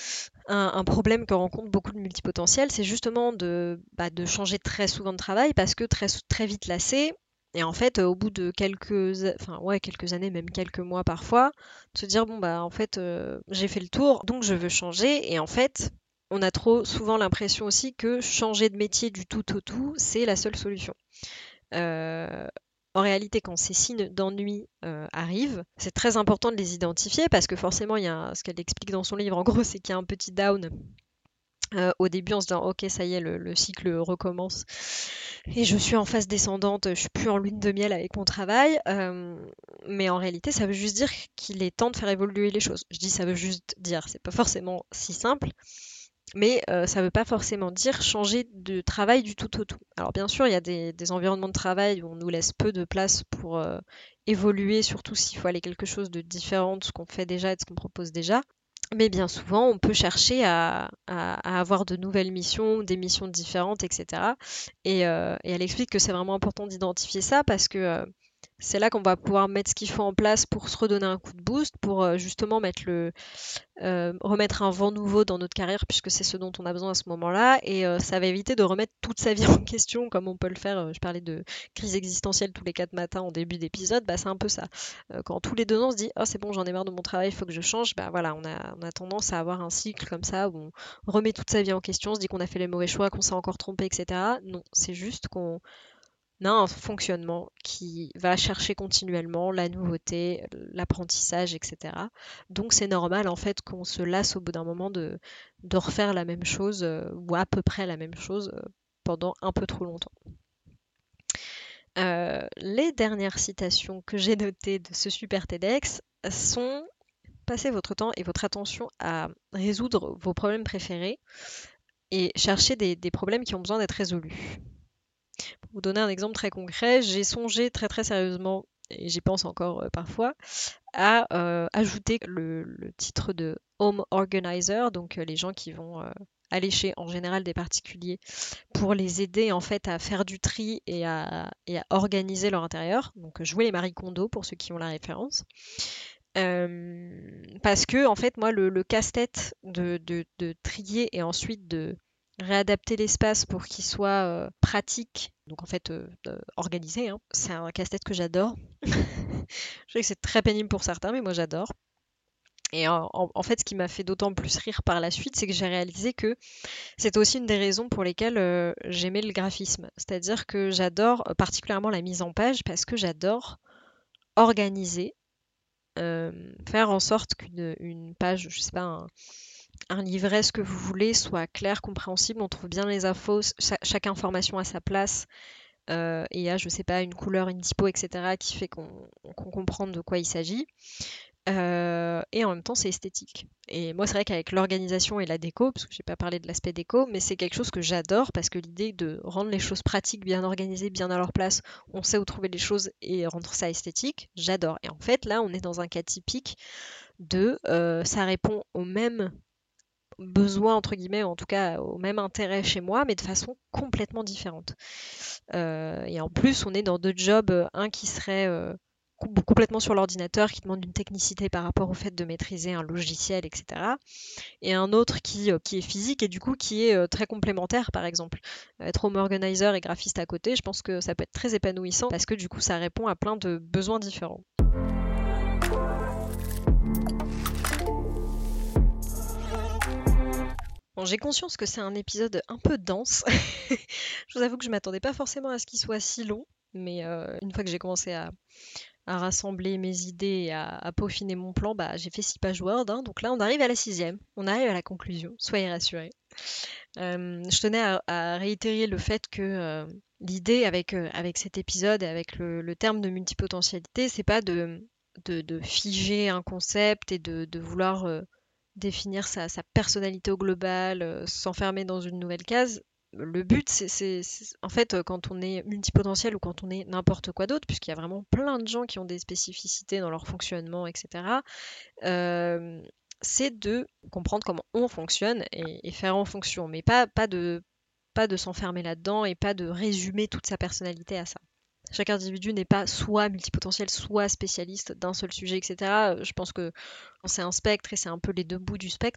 Un, un problème que rencontrent beaucoup de multipotentiels, c'est justement de, bah, de changer très souvent de travail parce que très, très vite lassé. Et en fait, euh, au bout de quelques, a- enfin ouais, quelques années, même quelques mois parfois, de se dire bon bah en fait euh, j'ai fait le tour, donc je veux changer. Et en fait, on a trop souvent l'impression aussi que changer de métier du tout au tout, c'est la seule solution. Euh, En réalité, quand ces signes d'ennui euh, arrivent, c'est très important de les identifier parce que forcément, il y a un- ce qu'elle explique dans son livre, en gros, c'est qu'il y a un petit down euh, au début en se disant ok, ça y est, le, le cycle recommence et je suis en phase descendante, je suis plus en lune de miel avec mon travail. Euh, mais en réalité, ça veut juste dire qu'il est temps de faire évoluer les choses. Je dis ça veut juste dire, c'est pas forcément si simple. Mais euh, ça ne veut pas forcément dire changer de travail du tout au tout. Alors bien sûr, il y a des, des environnements de travail où on nous laisse peu de place pour euh, évoluer, surtout s'il faut aller quelque chose de différent de ce qu'on fait déjà et de ce qu'on propose déjà. Mais bien souvent, on peut chercher à, à- à avoir de nouvelles missions, des missions différentes, et cetera. Et, euh, et elle explique que c'est vraiment important d'identifier ça parce que euh, c'est là qu'on va pouvoir mettre ce qu'il faut en place pour se redonner un coup de boost, pour euh, justement mettre le, euh, remettre un vent nouveau dans notre carrière, puisque c'est ce dont on a besoin à ce moment-là, et euh, ça va éviter de remettre toute sa vie en question, comme on peut le faire. Euh, je parlais de crise existentielle tous les quatre matins en début d'épisode, bah, c'est un peu ça. Euh, quand tous les deux ans on se dit, oh c'est bon, j'en ai marre de mon travail, il faut que je change, bah voilà, on a, on a tendance à avoir un cycle comme ça, où on remet toute sa vie en question, on se dit qu'on a fait les mauvais choix, qu'on s'est encore trompé, et cetera. Non, c'est juste qu'on a un fonctionnement qui va chercher continuellement la nouveauté, l'apprentissage, et cetera. Donc c'est normal en fait qu'on se lasse au bout d'un moment de, de refaire la même chose euh, ou à peu près la même chose euh, pendant un peu trop longtemps. Euh, les dernières citations que j'ai notées de ce super TEDx sont: passez votre temps et votre attention à résoudre vos problèmes préférés et chercher des, des problèmes qui ont besoin d'être résolus. Pour vous donner un exemple très concret, j'ai songé très très sérieusement, et j'y pense encore euh, parfois, à euh, ajouter le, le titre de Home Organizer, donc euh, les gens qui vont euh, aller chez en général des particuliers pour les aider en fait à faire du tri et à, et à organiser leur intérieur. Donc euh, jouer les Marie Kondo pour ceux qui ont la référence. Euh, parce que en fait moi le, le casse-tête de, de, de trier et ensuite de réadapter l'espace pour qu'il soit euh, pratique, donc en fait euh, euh, organisé, hein, c'est un casse-tête que j'adore. Je sais que c'est très pénible pour certains, mais moi j'adore. Et en, en- en fait, ce qui m'a fait d'autant plus rire par la suite, c'est que j'ai réalisé que c'est aussi une des raisons pour lesquelles euh, j'aimais le graphisme. C'est-à-dire que j'adore euh, particulièrement la mise en page parce que j'adore organiser, euh, faire en sorte qu'une une page, je sais pas, un, un livret, ce que vous voulez, soit clair, compréhensible, on trouve bien les infos, cha- chaque information à sa place, euh, et a, je sais pas, une couleur, une typo, et cetera, qui fait qu'on qu'on comprend de quoi il s'agit. Euh, et en même temps, c'est esthétique. Et moi, c'est vrai qu'avec l'organisation et la déco, parce que j'ai pas parlé de l'aspect déco, mais c'est quelque chose que j'adore parce que l'idée de rendre les choses pratiques, bien organisées, bien à leur place, on sait où trouver les choses et rendre ça esthétique, j'adore. Et en fait, là, on est dans un cas typique de euh, ça répond au même besoin, entre guillemets, ou en tout cas au même intérêt chez moi, mais de façon complètement différente. Euh, et en plus, on est dans deux jobs, euh, un qui serait euh, com- complètement sur l'ordinateur, qui demande une technicité par rapport au fait de maîtriser un logiciel, et cetera. Et un autre qui, euh, qui est physique et du coup qui est euh, très complémentaire, par exemple. Être home organizer et graphiste à côté, je pense que ça peut être très épanouissant parce que du coup, ça répond à plein de besoins différents. Bon, j'ai conscience que c'est un épisode un peu dense. Je vous avoue que je m'attendais pas forcément à ce qu'il soit si long, mais euh, une fois que j'ai commencé à, à rassembler mes idées et à, à peaufiner mon plan, bah, j'ai fait six pages Word, hein, donc là on arrive à la sixième, on arrive à la conclusion, soyez rassurés. Euh, je tenais à, à réitérer le fait que euh, l'idée avec, euh, avec cet épisode et avec le, le terme de multipotentialité, c'est pas de, de, de figer un concept et de, de vouloir euh, définir sa, sa personnalité au global, euh, s'enfermer dans une nouvelle case. Le but, c'est, c'est- c'est- en fait, euh, quand on est multipotentiel ou quand on est n'importe quoi d'autre, puisqu'il y a vraiment plein de gens qui ont des spécificités dans leur fonctionnement, et cetera, euh, c'est de comprendre comment on fonctionne et, et faire en fonction, mais pas, pas de, pas de s'enfermer là-dedans et pas de résumer toute sa personnalité à ça. Chaque individu n'est pas soit multipotentiel, soit spécialiste d'un seul sujet, et cetera. Je pense que c'est un spectre et c'est un peu les deux bouts du spectre.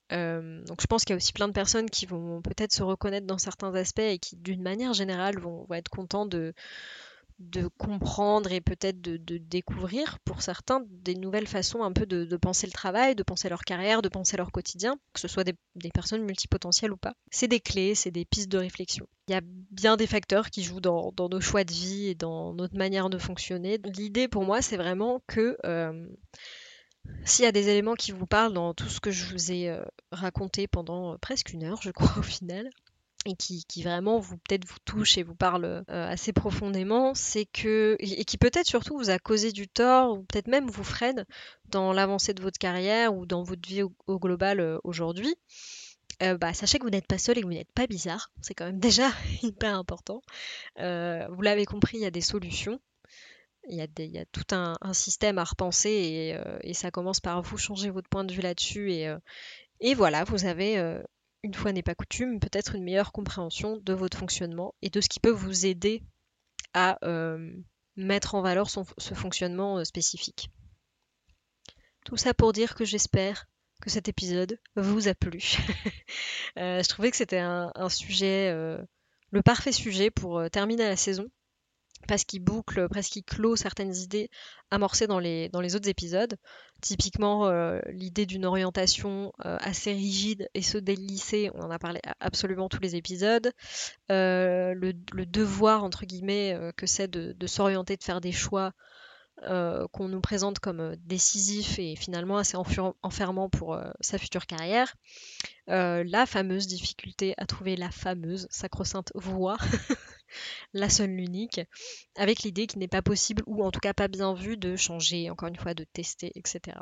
Euh, donc je pense qu'il y a aussi plein de personnes qui vont peut-être se reconnaître dans certains aspects et qui d'une manière générale vont, vont être contents de, de comprendre et peut-être de, de découvrir pour certains des nouvelles façons un peu de, de penser le travail, de penser leur carrière, de penser leur quotidien, que ce soit des, des personnes multipotentielles ou pas. C'est des clés, c'est des pistes de réflexion. Il y a bien des facteurs qui jouent dans, dans nos choix de vie et dans notre manière de fonctionner. L'idée pour moi, c'est vraiment que euh, s'il y a des éléments qui vous parlent dans tout ce que je vous ai euh, raconté pendant euh, presque une heure, je crois au final, et qui, qui vraiment vous peut-être vous touche et vous parle euh, assez profondément, c'est que et qui peut-être surtout vous a causé du tort ou peut-être même vous freine dans l'avancée de votre carrière ou dans votre vie au, au global euh, aujourd'hui. Euh, bah, sachez que vous n'êtes pas seul et que vous n'êtes pas bizarre, c'est quand même déjà hyper important. Euh, vous l'avez compris, il y a des solutions. Il y a, des, il y a tout un, un système à repenser et, euh, et ça commence par vous changer votre point de vue là-dessus et, euh, et voilà, vous avez, euh, une fois n'est pas coutume, peut-être une meilleure compréhension de votre fonctionnement et de ce qui peut vous aider à euh, mettre en valeur son, ce fonctionnement euh, spécifique. Tout ça pour dire que j'espère que cet épisode vous a plu. euh, je trouvais que c'était un, un sujet, euh, le parfait sujet pour euh, terminer la saison. Parce qu'il boucle, presque qu'il clôt certaines idées amorcées dans les, dans les autres épisodes. Typiquement, euh, l'idée d'une orientation euh, assez rigide et ceux dès le lycée, on en a parlé à absolument tous les épisodes. Euh, le, le devoir, entre guillemets, euh, que c'est de, de s'orienter, de faire des choix euh, qu'on nous présente comme euh, décisifs et finalement assez enfer- enfermants pour euh, sa future carrière. Euh, la fameuse difficulté à trouver la fameuse sacro-sainte voie, la seule, l'unique, avec l'idée qu'il n'est pas possible, ou en tout cas pas bien vu, de changer, encore une fois, de tester, et cetera.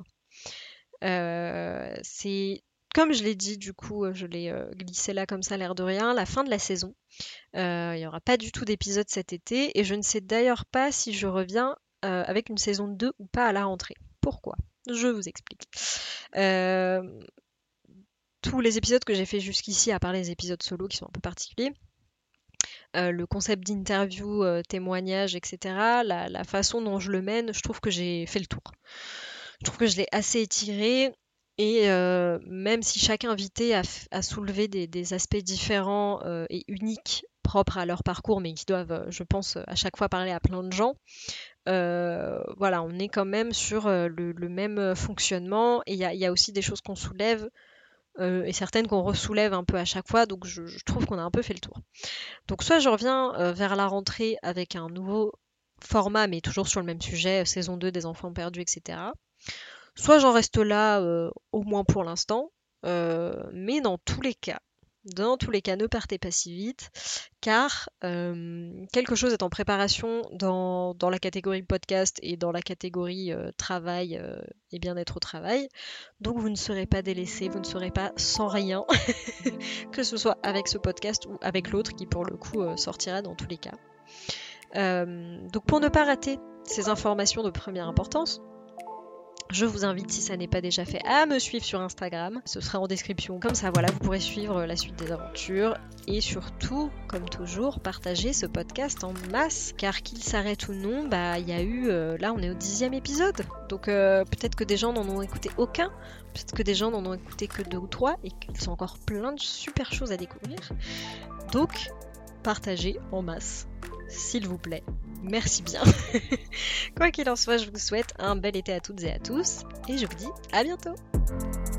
Euh, c'est, comme je l'ai dit, du coup, je l'ai euh, glissé là comme ça, l'air de rien, la fin de la saison. Euh, il n'y aura pas du tout d'épisode cet été, et je ne sais d'ailleurs pas si je reviens euh, avec une saison deux ou pas à la rentrée. Pourquoi ? Je vous explique. Euh, tous les épisodes que j'ai fait jusqu'ici, à part les épisodes solo qui sont un peu particuliers, euh, le concept d'interview, euh, témoignage, et cetera, la, la façon dont je le mène, je trouve que j'ai fait le tour. Je trouve que je l'ai assez étiré et euh, même si chaque invité a, a soulevé des, des aspects différents euh, et uniques propres à leur parcours, mais qui doivent, je pense, à chaque fois parler à plein de gens, euh, voilà, on est quand même sur euh, le, le même fonctionnement et il y, y a aussi des choses qu'on soulève euh, et certaines qu'on ressoulève un peu à chaque fois, donc je, je trouve qu'on a un peu fait le tour. Donc soit je reviens euh, vers la rentrée avec un nouveau format, mais toujours sur le même sujet, saison deux des enfants perdus, et cetera. Soit j'en reste là, euh, au moins pour l'instant, euh, mais dans tous les cas, dans tous les cas, ne partez pas si vite, car euh, quelque chose est en préparation dans, dans la catégorie podcast et dans la catégorie euh, travail euh, et bien-être au travail. Donc vous ne serez pas délaissés, vous ne serez pas sans rien, que ce soit avec ce podcast ou avec l'autre qui pour le coup euh, sortira dans tous les cas. Euh, donc pour ne pas rater ces informations de première importance, je vous invite, si ça n'est pas déjà fait, à me suivre sur Instagram. Ce sera en description. Comme ça, voilà, vous pourrez suivre la suite des aventures. Et surtout, comme toujours, partager ce podcast en masse. Car qu'il s'arrête ou non, bah, il y a eu... Euh, là, on est au dixième épisode. Donc euh, peut-être que des gens n'en ont écouté aucun. Peut-être que des gens n'en ont écouté que deux ou trois. Et qu'ils sont encore plein de super choses à découvrir. Donc, partagez en masse. S'il vous plaît. Merci bien. Quoi qu'il en soit, je vous souhaite un bel été à toutes et à tous. Et je vous dis à bientôt.